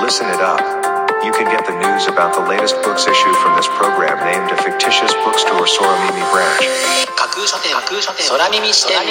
Listen it up. You can get the news about the latest books issue from this program named a fictitious bookstore Soramimi branch. 架空書店空耳視点。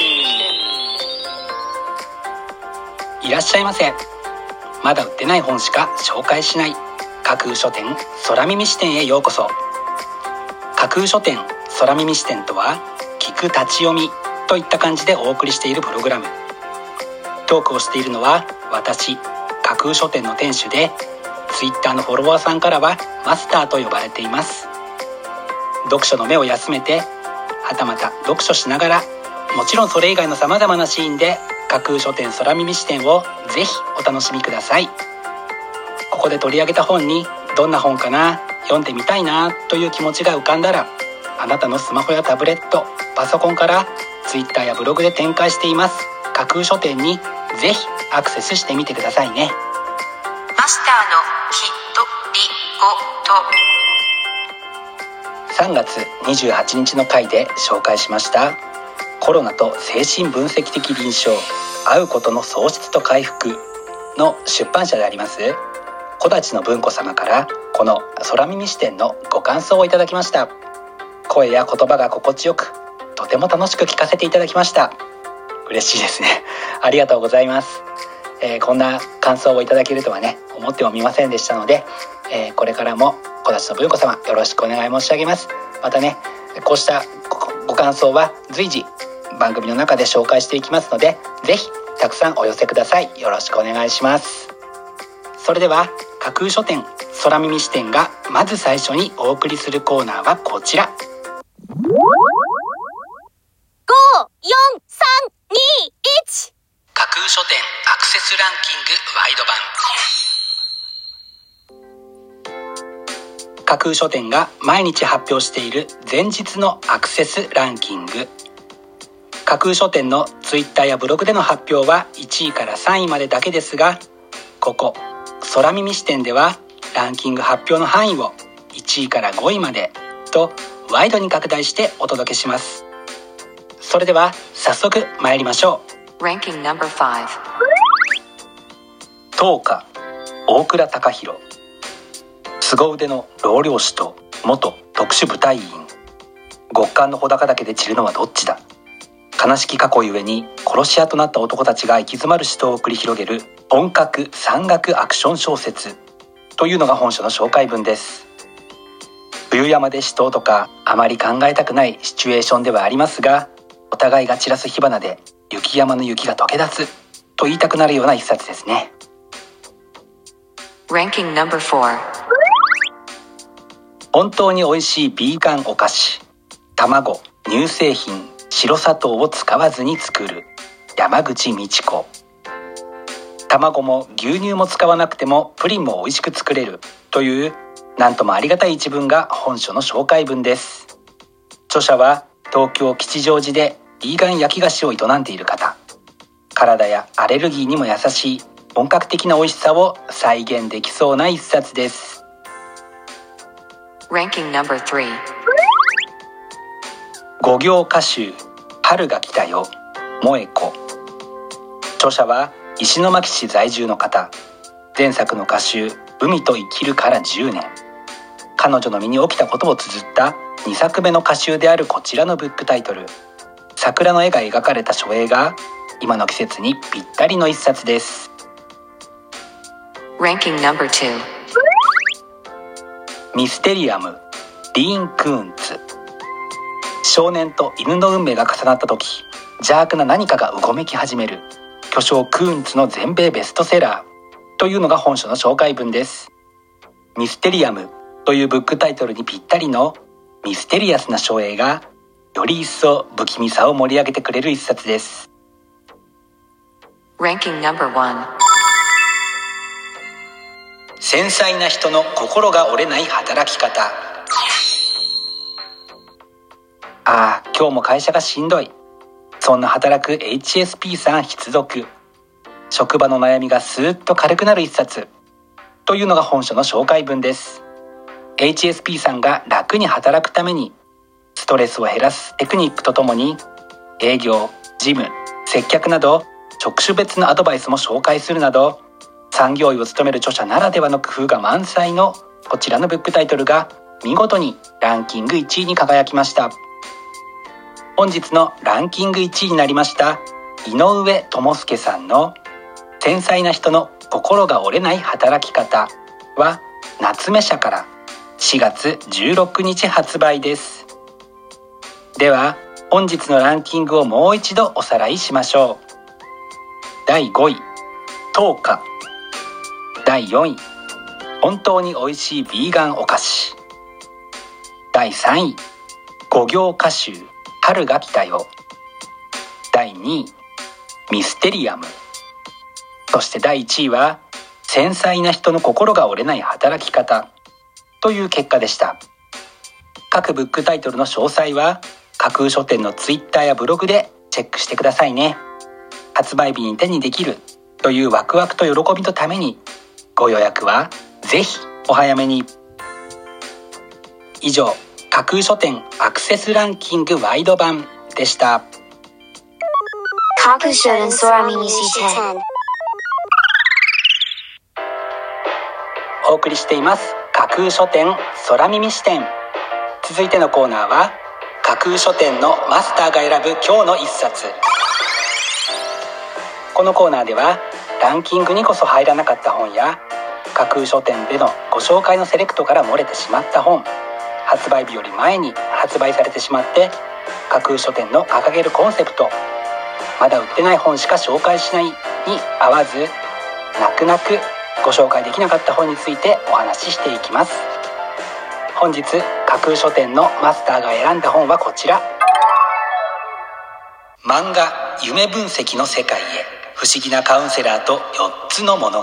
いらっしゃいませ。まだ売ってない本しか紹介しない架空書店空耳視点へようこそ。架空書店空耳視点とは、聞く立ち読みといった感じでお送りしているプログラム。トークをしているのは私、架空書店の店主で、ツイッターのフォロワーさんからはマスターと呼ばれています。読書の目を休めて、はたまた読書しながら、もちろんそれ以外のさまざまなシーンで架空書店空耳視点をぜひお楽しみください。ここで取り上げた本に、どんな本かな、読んでみたいなという気持ちが浮かんだら、あなたのスマホやタブレット、パソコンからツイッターやブログで展開しています架空書店にぜひアクセスしてみてくださいね。 マスターの 3月28日の回で紹介しましたコロナと精神分析的臨床、会うことの喪失と回復の出版社であります小立の文庫様から、この空耳視点のご感想をいただきました。声や言葉が心地よく、とても楽しく聞かせていただきました。嬉しいですね。ありがとうございます。こんな感想をいただけるとはね、思ってもみませんでしたので、これからも小立の文庫様よろしくお願い申し上げます。またね、こうしたご感想は随時番組の中で紹介していきますので、ぜひたくさんお寄せください。よろしくお願いします。それでは架空書店空耳視点がまず最初にお送りするコーナーはこちら。 5、4、3、2、1。 架空書店アクセスランキングワイド版。架空書店が毎日発表している前日のアクセスランキング。架空書店のツイッターやブログでの発表は1位から3位までだけですが、ここ空耳視点ではランキング発表の範囲を1位から5位までとワイドに拡大してお届けします。それでは早速参りましょう。 ランキング No.5。 10日、大倉隆弘。凄腕の老漁師と元特殊部隊員。極寒の穂高岳で散るのはどっちだ。悲しき過去ゆえに殺し屋となった男たちが行き詰まる死闘を繰り広げる本格山岳アクション小説というのが本書の紹介文です。冬山で死闘とかあまり考えたくないシチュエーションではありますが、お互いが散らす火花で雪山の雪が溶け出すと言いたくなるような一冊ですね。 ランキング No.4。 本当に美味しいビーガンお菓子、卵、乳製品、白砂糖を使わずに作る山口美智子。卵も牛乳も使わなくてもプリンも美味しく作れるという、なんともありがたい一文が本書の紹介文です。著者は東京吉祥寺でビーガン焼き菓子を営んでいる方。体やアレルギーにも優しい本格的な美味しさを再現できそうな一冊です。 ランキング No.3。 五行歌集春が来たよ、萌子。著者は石巻市在住の方。前作の歌集海と生きるから10年。彼女の身に起きたことを綴った2作目の歌集であるこちらのブックタイトル。桜の絵が描かれた書影が今の季節にぴったりの一冊です。 ランキング No.2。 ミステリアム、ディーン・クーンツ。少年と犬の運命が重なった時、邪悪な何かがうごめき始める巨匠クーンツの全米ベストセラーというのが本書の紹介文です。ミステリアムというブックタイトルにぴったりのミステリアスな書影がより一層不気味さを盛り上げてくれる一冊です。 ランキング No.1。 繊細な人の心が折れない働き方。今日も会社がしんどい。そんな働く HSP さん必読。職場の悩みがスーッと軽くなる一冊というのが本書の紹介文です。HSP さんが楽に働くためにストレスを減らすテクニックとともに、営業、事務、接客など職種別のアドバイスも紹介するなど、 産業医を務める著者ならではの工夫が満載のこちらのブックタイトルが見事にランキング1位に輝きました。本日のランキング1位になりました井上智介さんの繊細な人の心が折れない働き方は夏目社から4月16日発売です。では本日のランキングをもう一度おさらいしましょう。第5位10日、第4位本当に美味しいヴィーガンお菓子、第3位5行歌集春が来たよ、第2位ミステリアム、そして第1位は繊細な人の心が折れない働き方という結果でした。各ブックタイトルの詳細は架空書店のツイッターやブログでチェックしてくださいね。発売日に手にできるというワクワクと喜びのためにご予約はぜひお早めに。以上、架空書店アクセスランキングワイド版でした。 架空書店空耳視点お送りしています架空書店空耳視点。続いてのコーナーは架空書店のマスターが選ぶ今日の一冊。このコーナーではランキングにこそ入らなかった本や架空書店でのご紹介のセレクトから漏れてしまった本、発売日より前に発売されてしまって架空書店の掲げるコンセプトまだ売ってない本しか紹介しないに合わず泣く泣くご紹介できなかった本についてお話ししていきます。本日架空書店のマスターが選んだ本はこちら。漫画夢分析の世界へ、不思議なカウンセラーと4つの物語。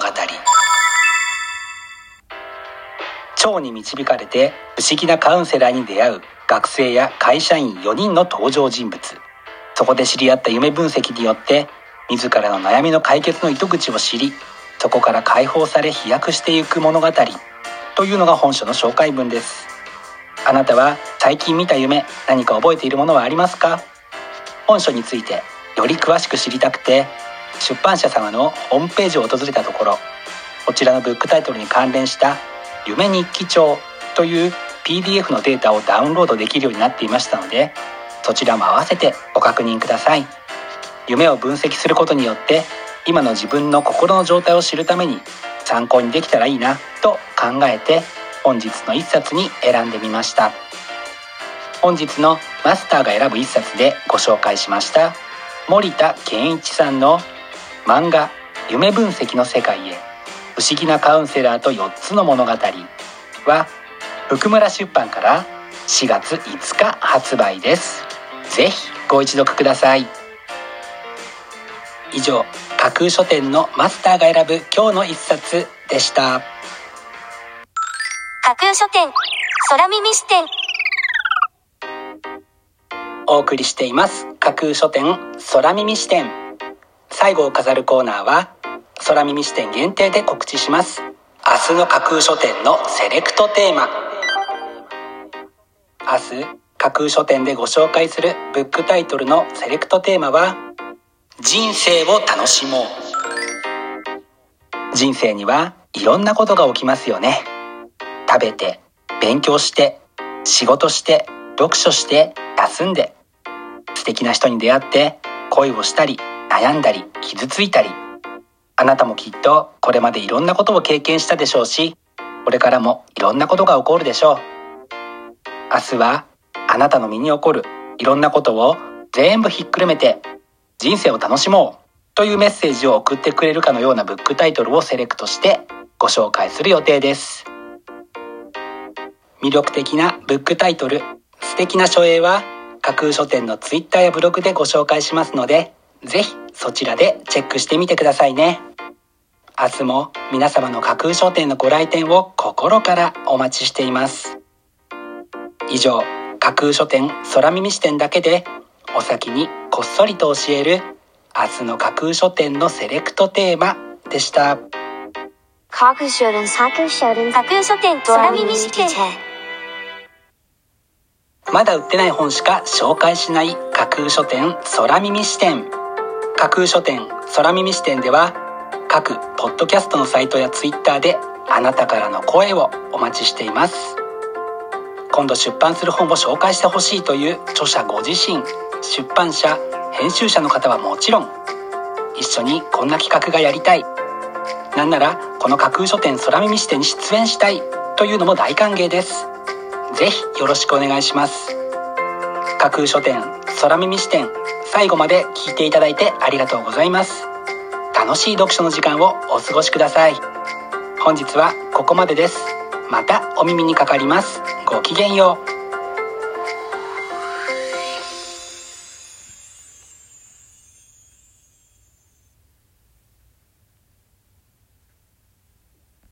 蝶に導かれて不思議なカウンセラーに出会う学生や会社員4人の登場人物。そこで知り合った夢分析によって自らの悩みの解決の糸口を知り、そこから解放され飛躍していく物語というのが本書の紹介文です。あなたは最近見た夢、何か覚えているものはありますか？本書についてより詳しく知りたくて出版社様のホームページを訪れたところ、こちらのブックタイトルに関連した夢日記帳という PDF のデータをダウンロードできるようになっていましたので、そちらも合わせてご確認ください。夢を分析することによって今の自分の心の状態を知るために参考にできたらいいなと考えて本日の一冊に選んでみました。本日のマスターが選ぶ一冊でご紹介しました森田健一さんの漫画夢分析の世界へ、不思議なカウンセラーと4つの物語は福村出版から4月5日発売です。ぜひご一読ください。以上、架空書店のマスターが選ぶ今日の一冊でした。 架空書店空耳視点。 お送りしています架空書店空耳視点。最後を飾るコーナーは空耳視点限定で告知します。明日の架空書店のセレクトテーマ。明日架空書店でご紹介するブックタイトルのセレクトテーマは人生を楽しもう。人生にはいろんなことが起きますよね。食べて、勉強して、仕事して、読書して、休んで、素敵な人に出会って恋をしたり悩んだり傷ついたり、あなたもきっとこれまでいろんなことを経験したでしょうし、これからもいろんなことが起こるでしょう。明日はあなたの身に起こるいろんなことを全部ひっくるめて人生を楽しもうというメッセージを送ってくれるかのようなブックタイトルをセレクトしてご紹介する予定です。魅力的なブックタイトル、素敵な書影は架空書店のツイッターやブログでご紹介しますので、ぜひそちらでチェックしてみてくださいね。明日も皆様の架空書店のご来店を心からお待ちしています。以上、架空書店空耳視点だけでお先にこっそりと教える明日の架空書店のセレクトテーマでした。 架空書店空耳視点。 まだ売ってない本しか紹介しない架空書店空耳視点。架空書店空耳視点では各ポッドキャストのサイトやツイッターであなたからの声をお待ちしています。今度出版する本を紹介してほしいという著者ご自身、出版社、編集者の方はもちろん、一緒にこんな企画がやりたい、なんならこの架空書店空耳視点に出演したいというのも大歓迎です。ぜひよろしくお願いします。架空書店空耳視点、最後まで聞いていただいてありがとうございます。楽しい読書の時間をお過ごしください。本日はここまでです。またお耳にかかります。ごきげんよう。